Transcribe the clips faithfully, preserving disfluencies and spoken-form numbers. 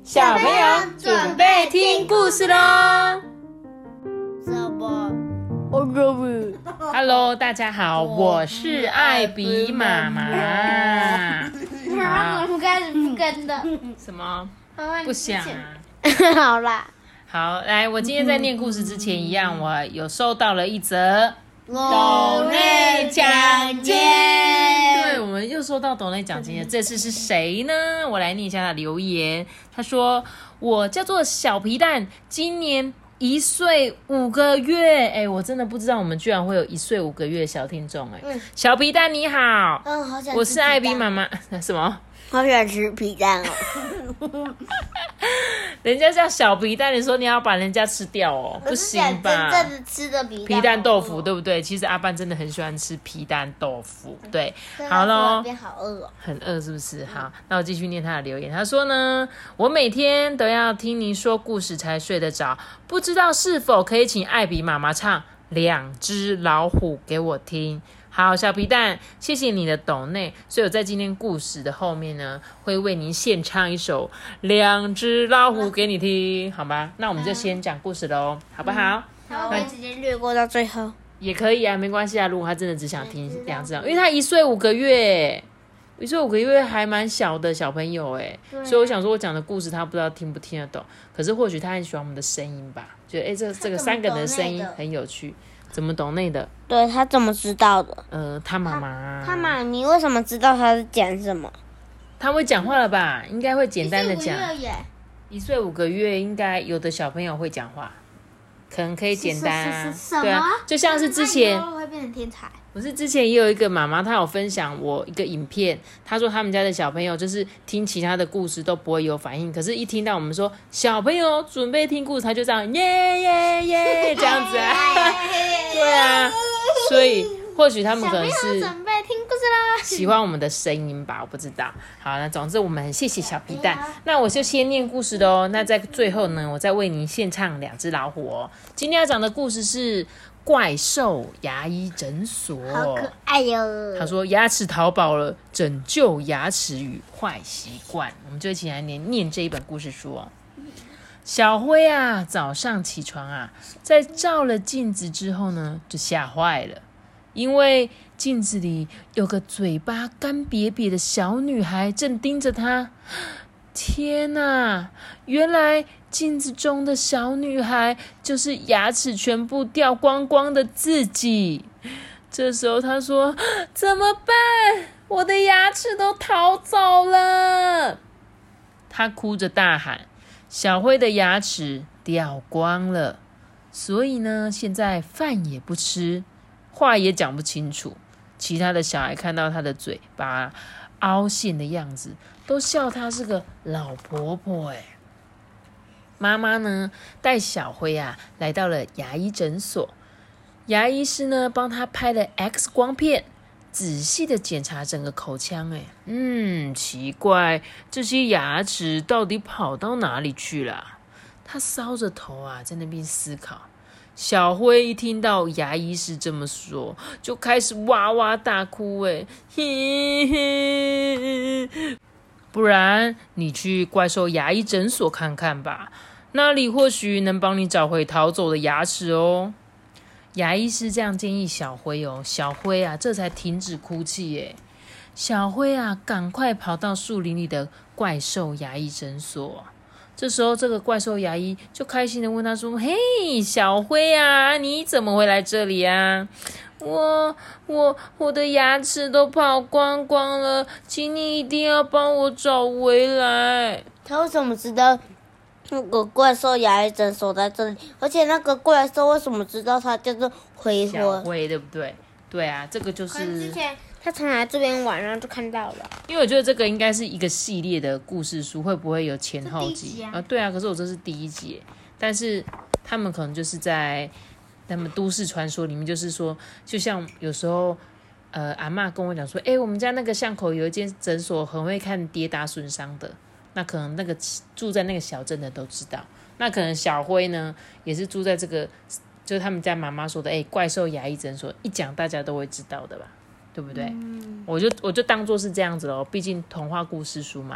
小朋友准备听故事咯。 什么？ 我不。Hello， 大家好，我是艾比妈妈。 好，我们开始不跟的。 什么？不想啊。 好啦。 好，来，我今天在念故事之前一样，我有收到了一则抖内奖金。 对，我们又收到抖内奖金了，这次是谁呢？我来念一下他的留言。他说：“我叫做小皮蛋，今年一岁五个月。”哎，我真的不知道我们居然会有一岁五个月的小听众哎。嗯、小皮蛋你好， 嗯，好想吃皮蛋。 我是艾比妈妈。什么？ 好想吃皮蛋哦。 人家叫小皮蛋，你说你要把人家吃掉哦，不行吧？ 真正的吃的皮蛋皮蛋豆腐，对不对？其实阿班真的很喜欢吃皮蛋豆腐。对，好咯， 变好饿哦， 很饿是不是？好，那我继续念他的留言。他说呢，我每天都要听您说故事才睡得着，不知道是否可以请艾比妈妈唱《两只老虎》给我听。好，小皮蛋，谢谢你的抖内，所以我在今天故事的后面呢，会为您献唱一首《两只老虎》给你听，好吧？那我们就先讲故事喽，好不好？ 好，我们直接略过到最后也可以啊，没关系啊。如果他真的只想听两只，因为他一岁五个月，一岁五个月还蛮小的小朋友哎，所以我想说我讲的故事他不知道听不听得懂，可是或许他很喜欢我们的声音吧，觉得哎这这个三个人的声音很有趣。怎么懂内的？ 对，他怎么知道的？ 呃，他妈妈。 他妈咪为什么知道他是讲什么？ 他会讲话了吧？应该会简单的讲。一岁五个月，应该有的小朋友会讲话，可能可以简单啊。对啊，就像是之前会变成天才。 不是之前也有一个妈妈，她有分享我一个影片，她说他们家的小朋友就是听其他的故事都不会有反应，可是一听到我们说小朋友准备听故事，他就这样耶耶耶这样子啊，对啊，所以或许他们可能是准备听故事啦， 喜欢我们的声音吧，我不知道。好，那总之我们很谢谢小皮蛋，那我就先念故事的哦。那在最后呢，我再为您献唱两只老虎哦。今天要讲的故事是怪兽牙医诊所， 好可爱哟！ 他说牙齿淘宝了，拯救牙齿与坏习惯。我们就一起来念念这一本故事书哦。小辉啊，早上起床啊，在照了镜子之后呢，就吓坏了，因为镜子里有个嘴巴干瘪瘪的小女孩正盯着他。天哪，原来镜子中的小女孩就是牙齿全部掉光光的自己。这时候他说：“怎么办？我的牙齿都逃走了！”他哭着大喊：“小辉的牙齿掉光了，所以呢，现在饭也不吃，话也讲不清楚。”其他的小孩看到他的嘴巴凹陷的样子，都笑他是个老婆婆哎。妈妈呢，带小辉啊来到了牙医诊所，牙医师呢帮他拍了 X 光片，仔细的检查整个口腔哎，嗯，奇怪，这些牙齿到底跑到哪里去了？他搔着头啊，在那边思考。小辉一听到牙医师这么说，就开始哇哇大哭哎，嘿嘿。不然你去怪兽牙医诊所看看吧，那里或许能帮你找回逃走的牙齿哦。牙医师这样建议小辉哦，小辉啊这才停止哭泣耶。小辉啊赶快跑到树林里的怪兽牙医诊所。这时候这个怪兽牙医就开心的问他说：“嘿，小辉啊，你怎么会来这里啊？我我我的牙齿都跑光光了，请你一定要帮我找回来。” 他为什么知道那个怪兽牙医诊所在这里？而且那个怪兽为什么知道他叫做灰灰？ 小辉对不对？对啊，这个就是他常来这边玩，然后就看到了。 因为我觉得这个应该是一个系列的故事书，会不会有前后集啊、 呃？对啊，可是我这是第一集，但是他们可能就是在他们都市传说里面，就是说，就像有时候，呃，阿嬷跟我讲说，哎，我们家那个巷口有一间诊所，很会看跌打损伤的，那可能那个住在那个小镇的都知道。那可能小辉呢，也是住在这个，就是他们家妈妈说的，哎，怪兽牙医诊所，一讲大家都会知道的吧？对不对？嗯、我就我就当做是这样子咯，毕竟童话故事书嘛，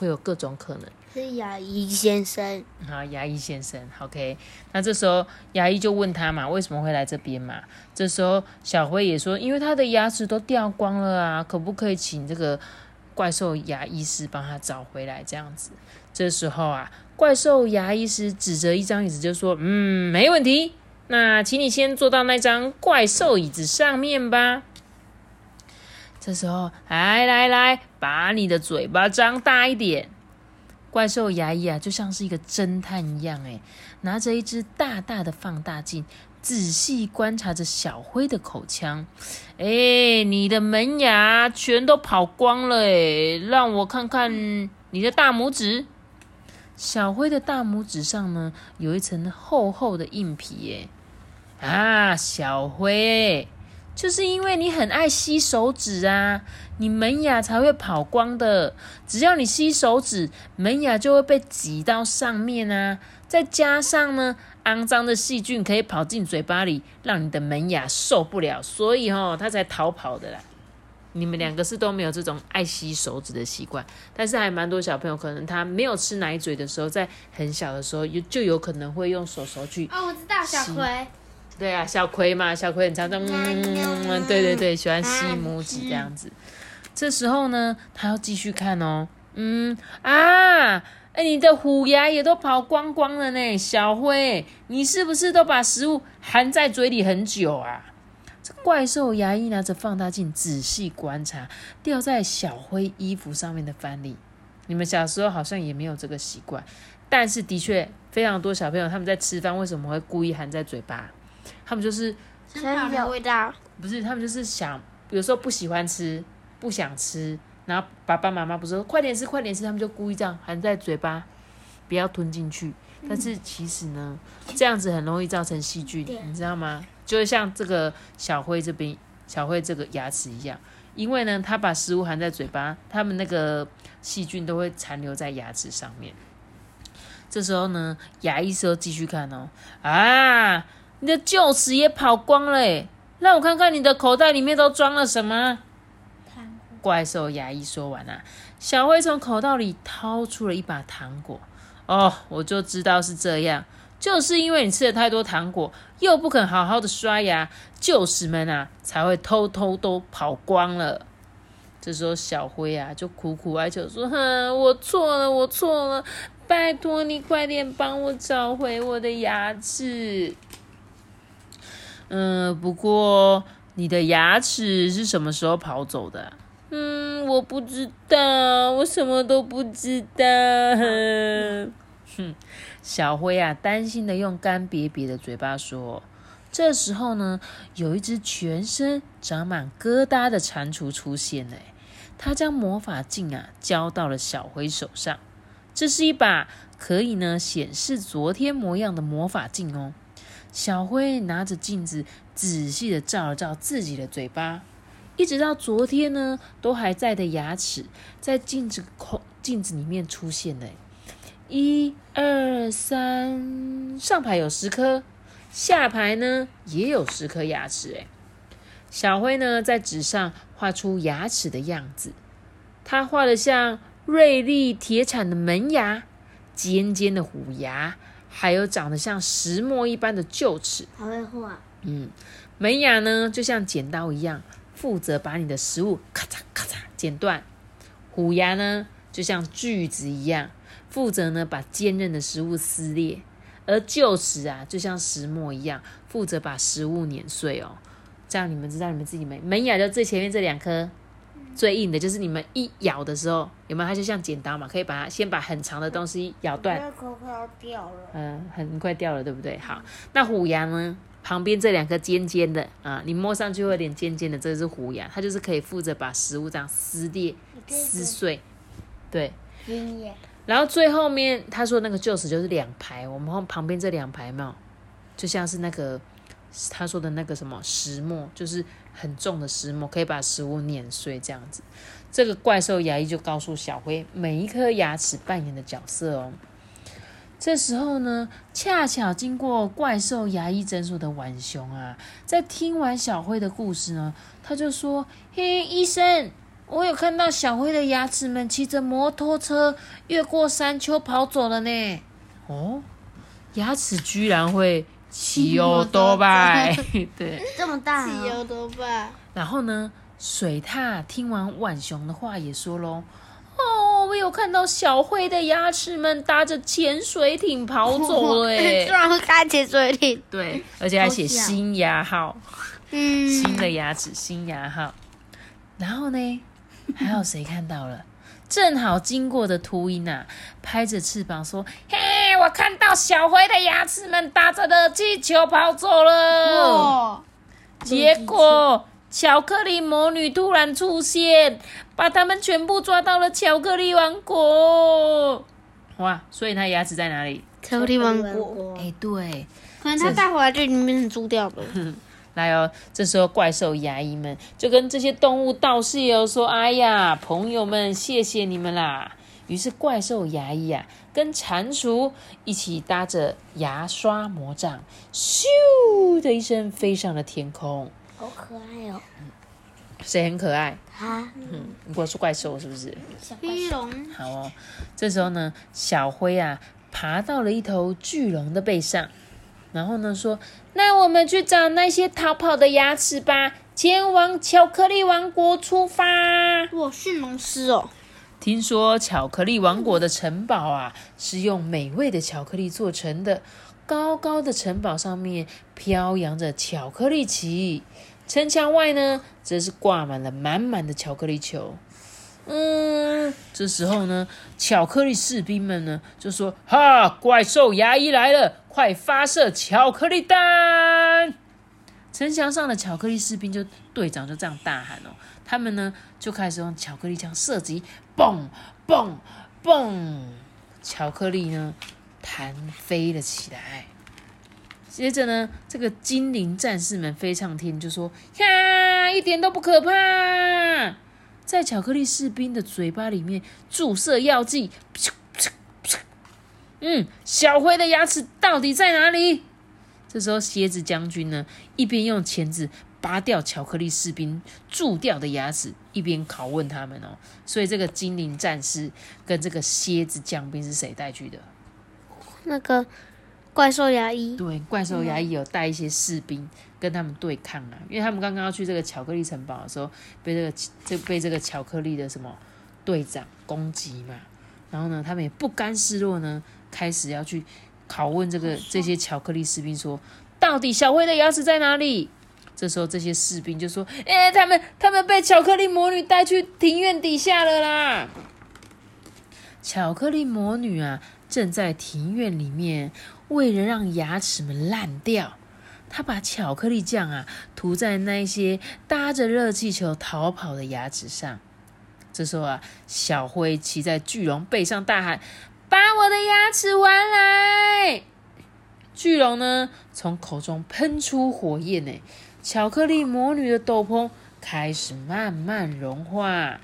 会有各种可能。 是牙医先生。 好，牙医先生 ，OK。那这时候牙医就问他嘛，为什么会来这边嘛？这时候小辉也说，因为他的牙齿都掉光了啊，可不可以请这个怪兽牙医师帮他找回来？这样子。这时候啊，怪兽牙医师指着一张椅子就说：“嗯，没问题。那请你先坐到那张怪兽椅子上面吧。”这时候，来来来，把你的嘴巴张大一点。怪兽牙医啊，就像是一个侦探一样，哎，拿着一只大大的放大镜，仔细观察着小辉的口腔。哎，你的门牙全都跑光了，哎，让我看看你的大拇指。小辉的大拇指上呢，有一层厚厚的硬皮，哎，啊，小辉，就是因为你很爱吸手指啊，你门牙才会跑光的。只要你吸手指，门牙就会被挤到上面啊。再加上呢，肮脏的细菌可以跑进嘴巴里，让你的门牙受不了，所以哦，它才逃跑的啦。你们两个是都没有这种爱吸手指的习惯，但是还蛮多小朋友可能他没有吃奶嘴的时候，在很小的时候就有可能会用手手去。 哦，我知道小葵。 对啊，小葵嘛，小葵很常常嗯，对对对，喜欢吸拇指这样子。这时候呢，他要继续看哦，嗯啊，哎，你的虎牙也都跑光光了呢，小辉，你是不是都把食物含在嘴里很久啊？这怪兽牙医拿着放大镜仔细观察掉在小辉衣服上面的饭粒。你们小时候好像也没有这个习惯，但是的确非常多小朋友他们在吃饭为什么会故意含在嘴巴？他们就是真有味道， 不是他们就是想有时候不喜欢吃，不想吃，然后爸爸妈妈不是说快点吃快点吃，他们就故意这样含在嘴巴，不要吞进去。但是其实呢，这样子很容易造成细菌，你知道吗？就像这个小辉这边，小辉这个牙齿一样，因为呢，他把食物含在嘴巴，他们那个细菌都会残留在牙齿上面。这时候呢，牙医师又继续看哦，啊，你的臼齿也跑光了耶，让我看看你的口袋里面都装了什么。怪兽牙医说完啊，小辉从口袋里掏出了一把糖果。哦，我就知道是这样，就是因为你吃了太多糖果，又不肯好好的刷牙，臼齿们啊才会偷偷都跑光了。这时候小辉啊就苦苦哀求说：“哼，我错了，我错了，拜托你快点帮我找回我的牙齿。”嗯，不过你的牙齿是什么时候跑走的？嗯，我不知道，我什么都不知道。哼，小辉啊，担心的用干瘪瘪的嘴巴说。这时候呢，有一只全身长满疙瘩的蟾蜍出现了。他将魔法镜啊交到了小辉手上。这是一把可以呢显示昨天模样的魔法镜哦。小辉拿着镜子，仔细的照了照自己的嘴巴。一直到昨天呢，都还在的牙齿，在镜子空镜子里面出现了。一二三，上排有十颗，下排呢也有十颗牙齿。哎，小辉呢在纸上画出牙齿的样子，他画得像锐利铁铲的门牙，尖尖的虎牙，还有长得像石磨一般的臼齿。 还会画。 嗯，门牙呢就像剪刀一样，负责把你的食物咔嚓咔嚓剪断。虎牙呢就像锯子一样，负责呢把坚韧的食物撕裂。而臼齿啊就像石磨一样，负责把食物碾碎哦。这样你们知道你们自己门门牙就最前面这两颗最硬的，就是你们一咬的时候，有没有？它就像剪刀嘛，可以把它先把很长的东西咬断。 那颗快要掉了。 嗯，很快掉了，对不对？好，那虎牙呢？旁边这两颗尖尖的啊，你摸上去会有点尖尖的，这是虎牙，它就是可以负责把食物这样撕裂、撕碎。对。然后最后面他说那个臼齿就是两排，我们旁边这两排有没有？就像是那个他说的那个什么石磨，就是很重的石磨，可以把食物碾碎这样子。这个怪兽牙医就告诉小辉每一颗牙齿扮演的角色哦。这时候呢，恰巧经过怪兽牙医诊所的浣熊啊，在听完小辉的故事呢，他就说：“嘿，医生， 我有看到小灰的牙齿们骑着摩托车越过山丘跑走了呢。哦，牙齿居然会骑欧多拜，对， 这么大、 骑欧多拜。 然后呢，水獭听完浣熊的话也说咯，哦，我有看到小灰的牙齿们搭着潜水艇跑走了耶。 居然会开潜水艇。 对，而且还写新牙号， 嗯， 新的牙齿新牙号。然后呢，还有谁看到了？正好经过的秃鹰啊，拍着翅膀说：“嘿，我看到小灰的牙齿们搭着热气球跑走了。” 哇！ 结果巧克力魔女突然出现，把他们全部抓到了巧克力王国。哇！所以他牙齿在哪里？ 巧克力王国。 哎，对。 可能他带回来就已经变成猪掉了。 来哦，这时候怪兽牙医们就跟这些动物道谢哦，说：“哎呀，朋友们，谢谢你们啦！”于是怪兽牙医啊，跟蟾蜍一起搭着牙刷魔杖，咻的一声飞上了天空。 好可爱哦！ 谁很可爱？ 他， 嗯，如果是怪兽是不是？ 飞龙。 好哦，这时候呢，小灰啊爬到了一头巨龙的背上。然后呢，说：“那我们去找那些逃跑的牙齿吧，前往巧克力王国出发。” 哇，驯龙师哦！ 听说巧克力王国的城堡啊，是用美味的巧克力做成的。高高的城堡上面飘扬着巧克力旗，城墙外呢，则是挂满了满满的巧克力球。嗯，这时候呢，巧克力士兵们呢就说：“哈，怪兽牙医来了，快发射巧克力弹！”城墙上的巧克力士兵就队长就这样大喊哦，他们呢就开始用巧克力枪射击，嘣嘣嘣，巧克力呢弹飞了起来。接着呢，这个精灵战士们飞上天，就说：“呀，一点都不可怕！”在巧克力士兵的嘴巴里面注射药剂，嗯，小灰的牙齿到底在哪里？这时候蝎子将军呢，一边用钳子拔掉巧克力士兵蛀掉的牙齿，一边拷问他们哦。所以这个精灵战士跟这个蝎子将兵是谁带去的？ 那个怪兽牙医。 对，怪兽牙医有带一些士兵跟他们对抗啊，因为他们刚刚要去这个巧克力城堡的时候，被这个这被这个巧克力的什么队长攻击嘛，然后呢，他们也不甘示弱呢，开始要去拷问这个这些巧克力士兵说，到底小灰的牙齿在哪里？这时候这些士兵就说：“哎、欸，他们他们被巧克力魔女带去庭院底下了啦！”巧克力魔女啊，正在庭院里面，为了让牙齿们烂掉。他把巧克力酱啊涂在那些搭着热气球逃跑的牙齿上。这时候啊，小灰骑在巨龙背上大喊：“把我的牙齿还来！”巨龙呢，从口中喷出火焰呢，巧克力魔女的斗篷开始慢慢融化。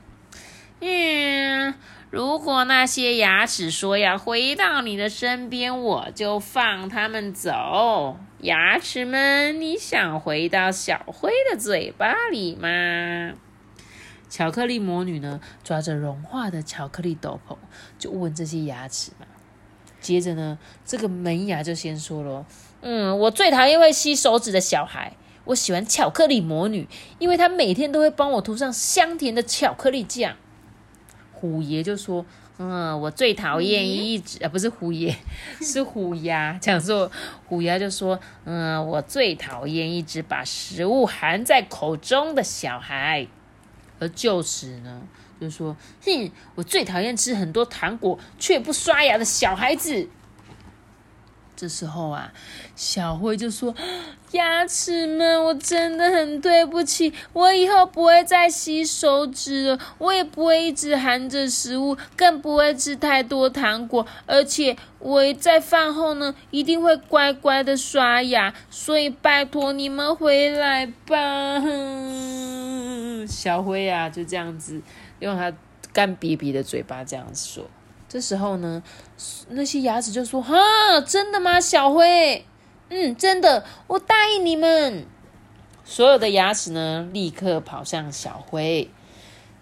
嗯，如果那些牙齿说要回到你的身边，我就放他们走。牙齿们，你想回到小灰的嘴巴里吗？巧克力魔女呢，抓着融化的巧克力斗篷，就问这些牙齿嘛。接着呢，这个门牙就先说了：“嗯，我最讨厌会吸手指的小孩。我喜欢巧克力魔女，因为她每天都会帮我涂上香甜的巧克力酱。”虎爷就说：“嗯，我最讨厌一直啊，不是虎爷，是虎牙。讲说虎牙就说：嗯，我最讨厌一直把食物含在口中的小孩。而臼齿呢，就说：哼，我最讨厌吃很多糖果却不刷牙的小孩子。”这时候啊，小灰就说：“牙齿们，我真的很对不起，我以后不会再洗手指了，我也不会一直含着食物，更不会吃太多糖果，而且我在饭后呢，一定会乖乖的刷牙，所以拜托你们回来吧。”小灰啊，就这样子用他干瘪瘪的嘴巴这样说。这时候呢，那些牙齿就说：“哈，真的吗，小灰？嗯，真的，我答应你们。”所有的牙齿呢，立刻跑向小灰。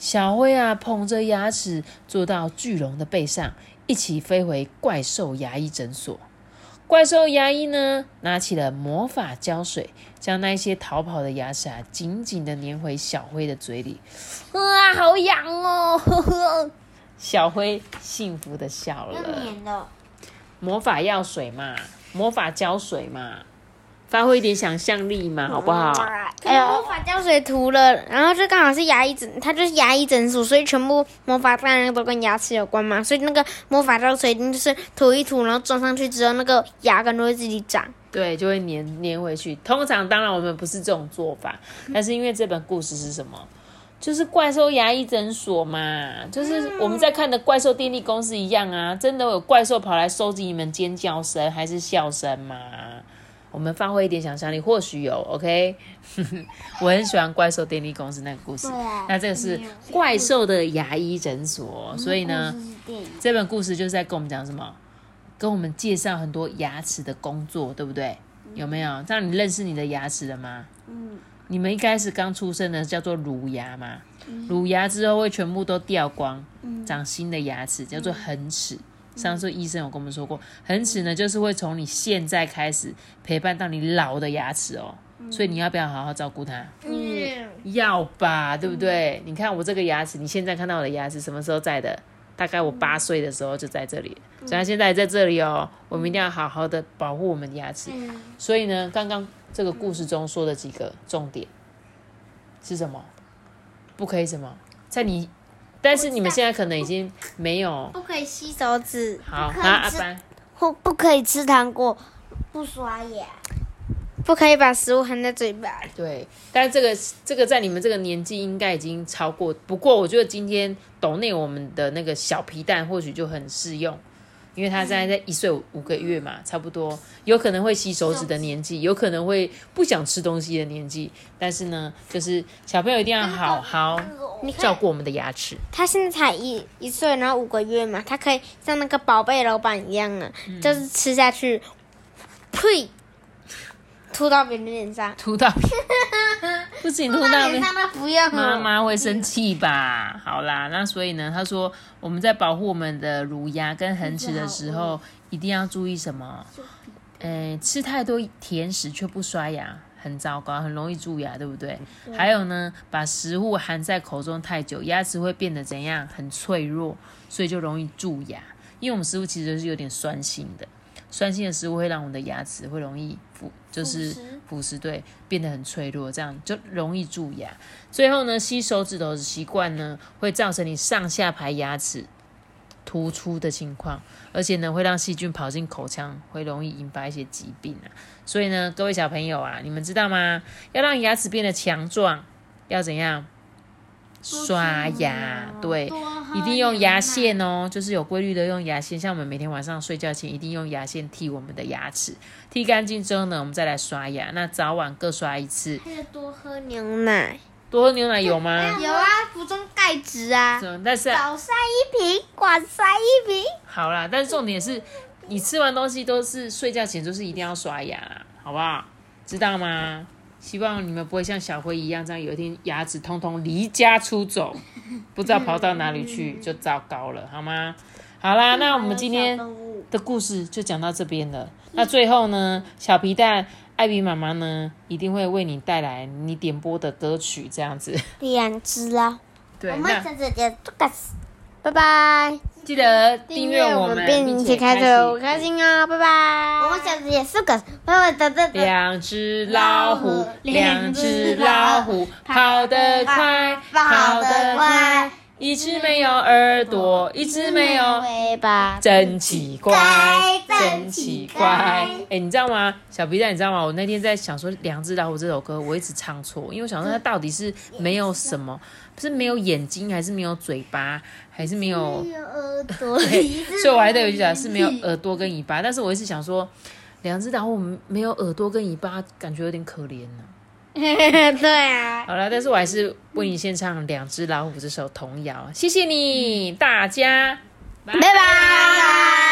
小灰啊捧着牙齿坐到巨龙的背上，一起飞回怪兽牙医诊所。怪兽牙医呢，拿起了魔法胶水，将那些逃跑的牙齿啊，紧紧的粘回小灰的嘴里。啊，好痒哦！呵呵，小灰幸福的笑了。 黏的魔法药水嘛，魔法胶水嘛，发挥一点想象力嘛，好不好？ 哎呦，魔法胶水涂了，然后就刚好是牙医诊，它就是牙医诊所，所以全部魔法当然都跟牙齿有关嘛，所以那个魔法胶水一定就是涂一涂，然后装上去之后，那个牙根就会自己长。 对，就会粘粘回去。通常当然我们不是这种做法，但是因为这本故事是什么？就是怪兽牙医诊所嘛，就是我们在看的怪兽电力公司一样啊，真的有怪兽跑来收集你们尖叫声还是笑声嘛？我们发挥一点想象力，或许有 OK 我很喜欢怪兽电力公司那个故事。那这个是怪兽的牙医诊所，所以呢，这本故事就是在跟我们讲什么？跟我们介绍很多牙齿的工作，对不对？有没有？这样你认识你的牙齿了吗？嗯。你们一开始刚出生的叫做乳牙嘛，乳牙之后会全部都掉光，长新的牙齿叫做恒齿。上次医生有跟我们说过，恒齿呢就是会从你现在开始陪伴到你老的牙齿哦，所以你要不要好好照顾它？ 嗯， 要吧，对不对？你看我这个牙齿，你现在看到我的牙齿什么时候在的？大概我八岁的时候就在这里，所以它现在也在这里哦。我们一定要好好的保护我们的牙齿。所以呢，刚刚这个故事中说的几个重点是什么？不可以什么？在你，但是你们现在可能已经没有， 不可以吸手指， 好，那阿班或不可以吃糖果，不刷牙， 不可以把食物含在嘴巴。 对，但这个这个在你们这个年纪应该已经超过。不过我觉得今天抖内我们的那个小皮蛋或许就很适用，因为他现在在一岁五个月嘛，差不多有可能会吸手指的年纪，有可能会不想吃东西的年纪。但是呢，就是小朋友一定要好好照顾我们的牙齿。 他现在才一一岁，然后五个月嘛，他可以像那个宝贝老板一样啊，嗯、就是吃下去，呸。吐到别人脸上， 吐到不行，吐到脸上那不要， 妈妈会生气吧？好啦，那所以呢，他说我们在保护我们的乳牙跟恒齿的时候，一定要注意什么？呃，吃太多甜食却不刷牙，很糟糕，很容易蛀牙，对不对？对。还有呢，把食物含在口中太久，牙齿会变得怎样？很脆弱，所以就容易蛀牙。因为我们食物其实是有点酸性的。酸性的食物会让我们的牙齿会容易腐，就是腐蚀，对，变得很脆弱，这样就容易蛀牙。最后呢，吸手指头的习惯呢，会造成你上下排牙齿突出的情况，而且呢，会让细菌跑进口腔，会容易引发一些疾病啊。所以呢，各位小朋友啊，你们知道吗？要让牙齿变得强壮，要怎样？刷牙，对，一定用牙线哦，就是有规律的用牙线。像我们每天晚上睡觉前，一定用牙线剔我们的牙齿，剔干净之后呢，我们再来刷牙。那早晚各刷一次。 还有多喝牛奶， 多喝牛奶有吗？ 有啊，补充钙质啊。 但是、啊、 早塞一瓶，晚塞一瓶。 好啦，但是重点是，你吃完东西都是睡觉前就是一定要刷牙啦，好不好？知道吗？希望你们不会像小辉一样，这样有一天牙齿通通离家出走，不知道跑到哪里去，就糟糕了，好吗？好啦，那我们今天的故事就讲到这边了。那最后呢，小皮蛋艾比妈妈呢，一定会为你带来你点播的歌曲，这样子。 两只啦， 对， 我们下次见，拜拜。 记得订阅我们，并且开启我开心哦，拜拜。 我们下次也是个，拜拜，等等。 两只老虎，两只老虎，跑得快，跑得快。一只没有耳朵，一只没有尾巴， 真奇怪，真奇怪。哎，你知道吗？小皮蛋，你知道吗？我那天在想说《两只老虎》这首歌，我一直唱错，因为我想说它到底是没有什么，是没有眼睛，还是没有嘴巴，还是没有耳朵？ 所以我还得有讲是没有耳朵跟尾巴，但是我一直想说，两只老虎没有耳朵跟尾巴，感觉有点可怜呢、啊。 对啊， 好了，但是我还是为你献唱《两只老虎》这首童谣，谢谢你大家， 拜拜。